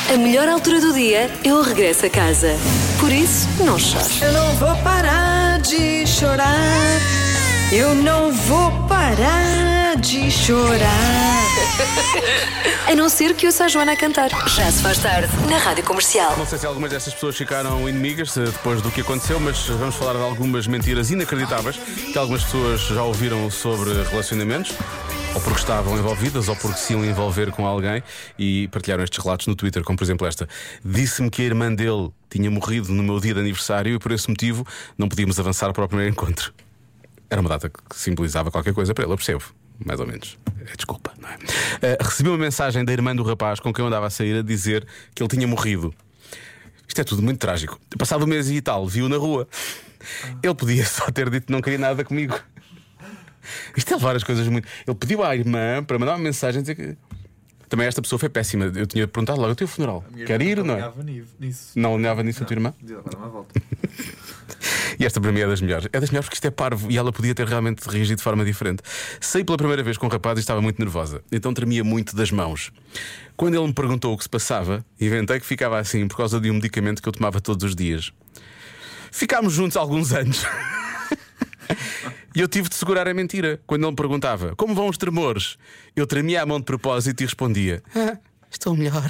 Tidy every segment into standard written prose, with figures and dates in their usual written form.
A melhor altura do dia é o regresso a casa. Por isso, não chores. Eu não vou parar de chorar. Eu não vou parar de chorar. A não ser que ouça a Joana a cantar. Já se faz tarde, na Rádio Comercial. Não sei se algumas destas pessoas ficaram inimigas depois do que aconteceu, mas vamos falar de algumas mentiras inacreditáveis que algumas pessoas já ouviram sobre relacionamentos, ou porque estavam envolvidas, ou porque se iam envolver com alguém, e partilharam estes relatos no Twitter, como por exemplo esta. Disse-me que a irmã dele tinha morrido no meu dia de aniversário e por esse motivo não podíamos avançar para o primeiro encontro. Era uma data que simbolizava qualquer coisa para ele, eu percebo. Mais ou menos. Desculpa, não é? Recebi uma mensagem da irmã do rapaz com quem eu andava a sair a dizer que ele tinha morrido. Isto é tudo muito trágico. Passado um mês e tal, viu na rua. Ele podia só ter dito que não queria nada comigo. Isto é levar as coisas muito. Ele pediu à irmã para mandar uma mensagem a dizer que. Também esta pessoa foi péssima. Eu tinha perguntado logo: o teu funeral? Quer ir ou não? Não alinhava nisso a tua irmã? E esta para mim é das melhores. É das melhores porque isto é parvo e ela podia ter realmente reagido de forma diferente. Saí pela primeira vez com um rapaz e estava muito nervosa, então tremia muito das mãos. Quando ele me perguntou o que se passava, inventei que ficava assim por causa de um medicamento que eu tomava todos os dias. Ficámos juntos há alguns anos. E eu tive de segurar a mentira. Quando ele me perguntava como vão os tremores, eu tremia a mão de propósito e respondia: estou melhor.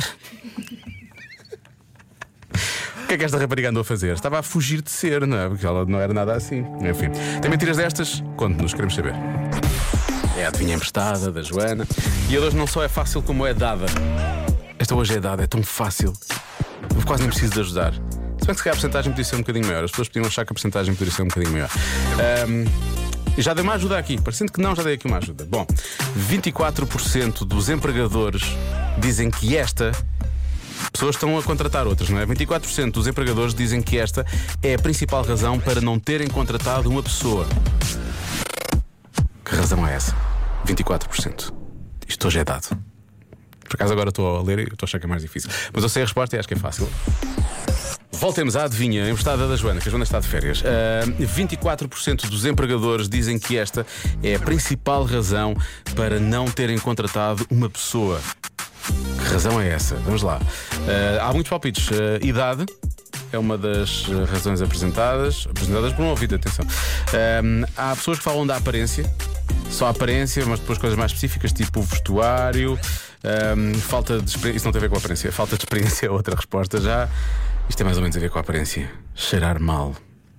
O que é que esta rapariga andou a fazer? Estava a fugir de ser, não é? Porque ela não era nada assim. Enfim, tem mentiras destas? Conte-nos, queremos saber. É a adivinha emprestada da Joana. E a hoje não só é fácil como é dada. Esta hoje é dada, é tão fácil. Eu quase nem preciso de ajudar. Se bem que se calhar a porcentagem podia ser um bocadinho maior. As pessoas podiam achar que a porcentagem poderia ser um bocadinho maior. Já dei uma ajuda aqui, parecendo que não, já dei aqui uma ajuda. Bom, 24% dos empregadores dizem que esta. Pessoas estão a contratar outras, não é? 24% dos empregadores dizem que esta é a principal razão para não terem contratado uma pessoa. Que razão é essa? 24%. Isto hoje é dado. Por acaso agora estou a ler e estou a achar que é mais difícil. Mas eu sei a resposta e acho que é fácil. Voltemos à adivinha emprestada da Joana, que a Joana está de férias. 24% dos empregadores dizem que esta é a principal razão para não terem contratado uma pessoa. Que razão é essa? Vamos lá. Há muitos palpites. Idade é uma das razões apresentadas por um ouvido, atenção. Há pessoas que falam da aparência. Só a aparência, mas depois coisas mais específicas, tipo o vestuário, falta de experiência. Isso não tem a ver com a aparência. Falta de experiência é outra resposta já. Isto tem mais ou menos a ver com a aparência. Cheirar mal.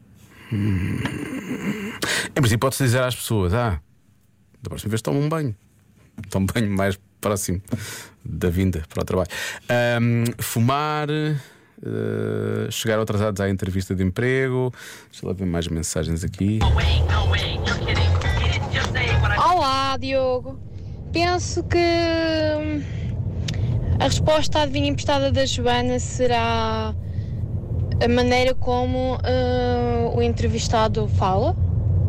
Em princípio pode-se dizer às pessoas: da próxima vez toma um banho. Toma um banho mais próximo da vinda para o trabalho. Fumar, chegar atrasados à entrevista de emprego. Deixa lá ver mais mensagens aqui. Olá, Diogo. Penso que a resposta à adivinha emprestada da Joana será a maneira como o entrevistado fala.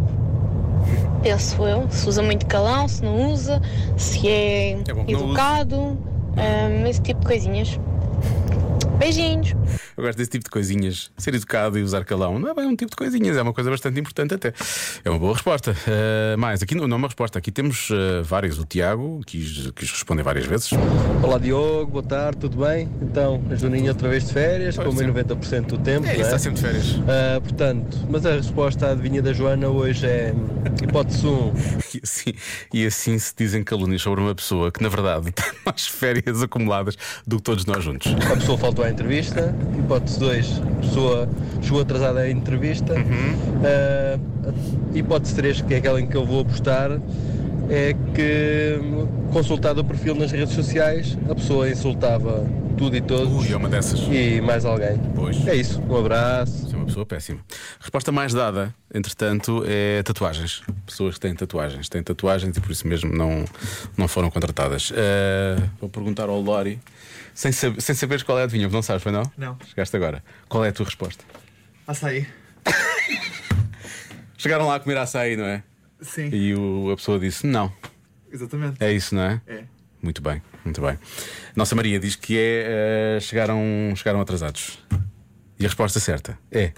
Penso eu, se usa muito calão, se não usa, se é educado, esse tipo de coisinhas. Beijinhos. Eu gosto desse tipo de coisinhas. Ser educado e usar calão não é bem um tipo de coisinhas, é uma coisa bastante importante até. É uma boa resposta. Mais, aqui não é uma resposta. Aqui temos várias. O Tiago quis responder várias vezes. Olá Diogo, boa tarde, tudo bem? Então, a Joaninha outra vez de férias, como em 90% do tempo. Isso, está sempre de férias. Portanto, mas a resposta à adivinha da Joana hoje é hipótese 1. E assim se dizem calúnias sobre uma pessoa que na verdade tem mais férias acumuladas do que todos nós juntos. A pessoa faltou à entrevista. Hipótese 2, a pessoa chegou atrasada à entrevista. Hipótese 3, que é aquela em que eu vou apostar, é que, consultado o perfil nas redes sociais, a pessoa insultava tudo e todos. É uma dessas. E mais alguém. Pois. É isso, um abraço. Você é uma pessoa péssima. A resposta mais dada, entretanto, é tatuagens. Pessoas que têm tatuagens e por isso mesmo não foram contratadas. Vou perguntar ao Lori, sem saberes qual é a adivinha. Não sabes, foi não? Não. Chegaste agora. Qual é a tua resposta? Açaí. Chegaram lá a comer açaí, não é? Sim. E a pessoa disse não. Exatamente. É isso, não é? É. Muito bem, muito bem. Nossa Maria diz que chegaram atrasados. E a resposta certa é: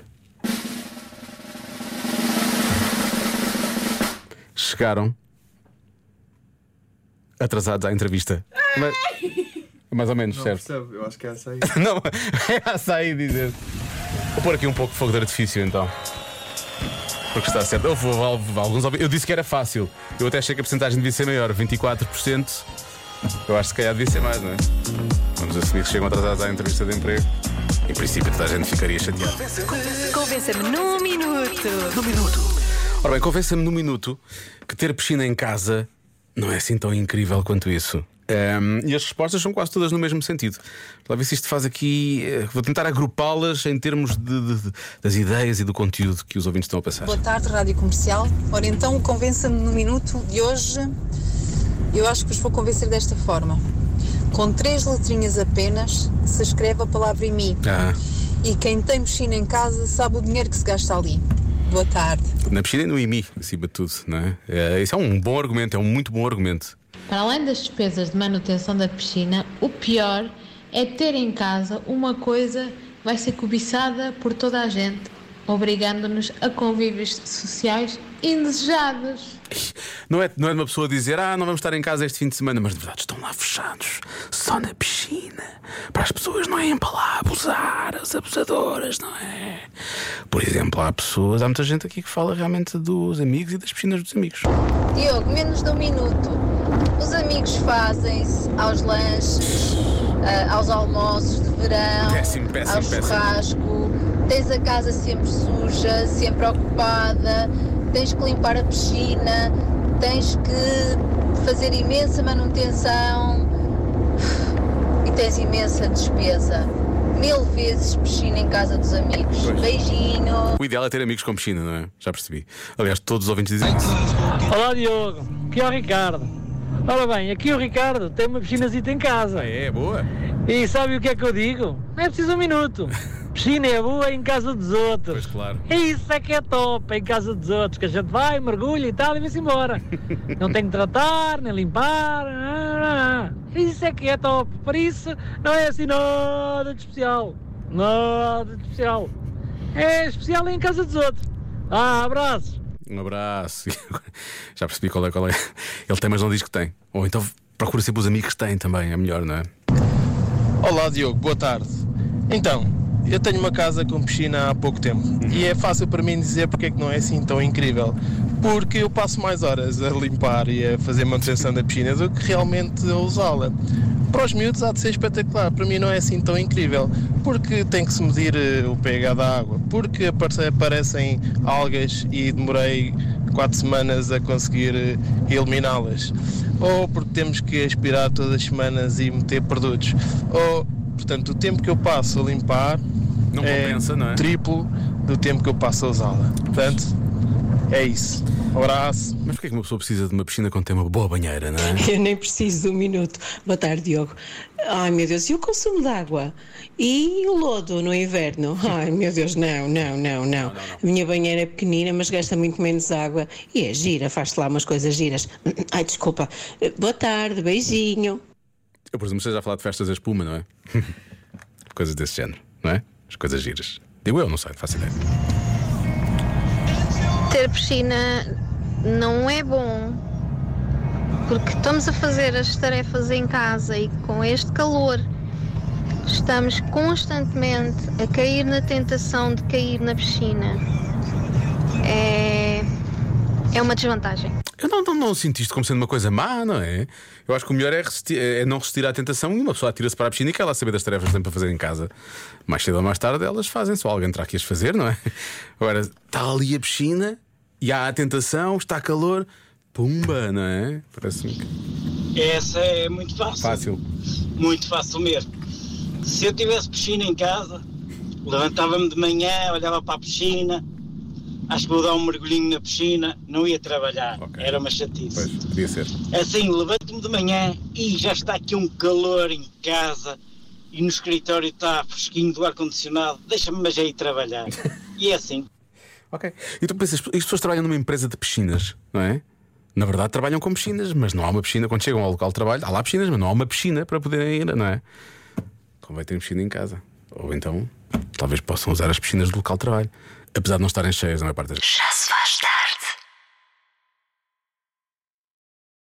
chegaram atrasados à entrevista. Mais ou menos, Não certo? percebo, eu acho que é açaí. Não, é açaí dizer. Vou pôr aqui um pouco de fogo de artifício então. Porque está certo. Eu disse que era fácil. Eu até achei que a porcentagem devia ser maior, 24%. Eu acho que se calhar devia ser mais, não é? Vamos assumir que chegam atrasados à entrevista de emprego. Em princípio, toda a gente ficaria chateada. Convença-me num minuto. Ora bem, convença-me num minuto que ter piscina em casa não é assim tão incrível quanto isso. E as respostas são quase todas no mesmo sentido. Lá ver se isto faz aqui. Vou tentar agrupá-las em termos das ideias e do conteúdo que os ouvintes estão a passar. Boa tarde, Rádio Comercial. Ora então, convença-me no minuto de hoje. Eu acho que vos vou convencer desta forma. Com 3 letrinhas apenas se escreve a palavra IMI. E quem tem piscina em casa sabe o dinheiro que se gasta ali. Boa tarde. Na piscina e no IMI, acima de tudo, não é? Isso é um bom argumento, é um muito bom argumento. Para além das despesas de manutenção da piscina, o pior é ter em casa uma coisa que vai ser cobiçada por toda a gente, obrigando-nos a convívios sociais indesejados. Não é de uma pessoa dizer, não vamos estar em casa este fim de semana, mas de verdade estão lá fechados, só na piscina, para as pessoas não irem para lá abusar, as abusadoras, não é? Por exemplo, há muita gente aqui que fala realmente dos amigos e das piscinas dos amigos. Diogo, menos de um minuto. Os amigos fazem-se aos lanches, aos almoços de verão, ao churrasco. Tens a casa sempre suja, sempre ocupada, tens que limpar a piscina, tens que fazer imensa manutenção e tens imensa despesa. 1000 vezes piscina em casa dos amigos. Pois. Beijinho. O ideal é ter amigos com piscina, não é? Já percebi. Aliás, todos os ouvintes dizem isso. Olá, Diogo. Aqui é o Ricardo. Ora bem, aqui o Ricardo tem uma piscinazita em casa. É boa. E sabe o que é que eu digo? Não é preciso um minuto. Piscina é boa em casa dos outros. Pois claro. Isso é que é top, em casa dos outros. Que a gente vai, mergulha e tal e vai-se embora. Não tem que tratar, nem limpar. Isso é que é top. Por isso não é assim nada de especial. Nada de especial. É especial em casa dos outros. Abraços. Um abraço. Já percebi qual é. Ele tem, mas não diz que tem. Ou então procura sempre os amigos que têm também. É melhor, não é? Olá, Diogo. Boa tarde. Então, eu tenho uma casa com piscina há pouco tempo. E é fácil para mim dizer porque é que não é assim tão incrível. Porque eu passo mais horas a limpar e a fazer manutenção da piscina do que realmente a usá-la. Para os miúdos há de ser espetacular. Para mim não é assim tão incrível. Porque tem que se medir o pH da água. Porque aparecem algas e demorei 4 semanas a conseguir eliminá-las. Ou porque temos que aspirar todas as semanas e meter produtos. Ou, portanto, o tempo que eu passo a limpar não compensa, não é? Triplo do tempo que eu passo a usá-la. Portanto, é isso. Um abraço. Mas porquê é que uma pessoa precisa de uma piscina quando tem uma boa banheira, não é? Eu nem preciso de um minuto. Boa tarde, Diogo. Ai, meu Deus, e o consumo de água? E o lodo no inverno? Ai, meu Deus, não. A minha banheira é pequenina, mas gasta muito menos água. E é gira, faz-se lá umas coisas giras. Ai, desculpa. Boa tarde, beijinho. Eu presumo que você já falar de festas a espuma, não é? Coisas desse género, não é? As coisas giras. Digo eu, não sei, faço ideia. Ter piscina não é bom, porque estamos a fazer as tarefas em casa e com este calor estamos constantemente a cair na tentação de cair na piscina. É uma desvantagem. Eu não sinto isto como sendo uma coisa má, não é? Eu acho que o melhor é não resistir à tentação e uma pessoa atira-se para a piscina e quer lá saber das tarefas que tem para fazer em casa. Mais cedo ou mais tarde elas fazem, só alguém terá que as fazer, não é? Agora, está ali a piscina e há a tentação, está calor, pumba, não é? Parece-me que... Essa é muito fácil. Muito fácil mesmo. Se eu tivesse piscina em casa, levantava-me de manhã, olhava para a piscina. Acho que vou dar um mergulhinho na piscina, não ia trabalhar, okay. Era uma chatice. Pois, podia ser. Assim, levanto-me de manhã e já está aqui um calor em casa e no escritório está fresquinho do ar-condicionado, deixa-me mas aí trabalhar. E é assim. Ok. E tu pensas, as pessoas trabalham numa empresa de piscinas, não é? Na verdade trabalham com piscinas, mas não há uma piscina quando chegam ao local de trabalho. Há lá piscinas, mas não há uma piscina para poderem ir, não é? Convém ter piscina em casa. Ou então, talvez possam usar as piscinas do local de trabalho. Apesar de não estarem cheias, a maior parte das vezes. Já se faz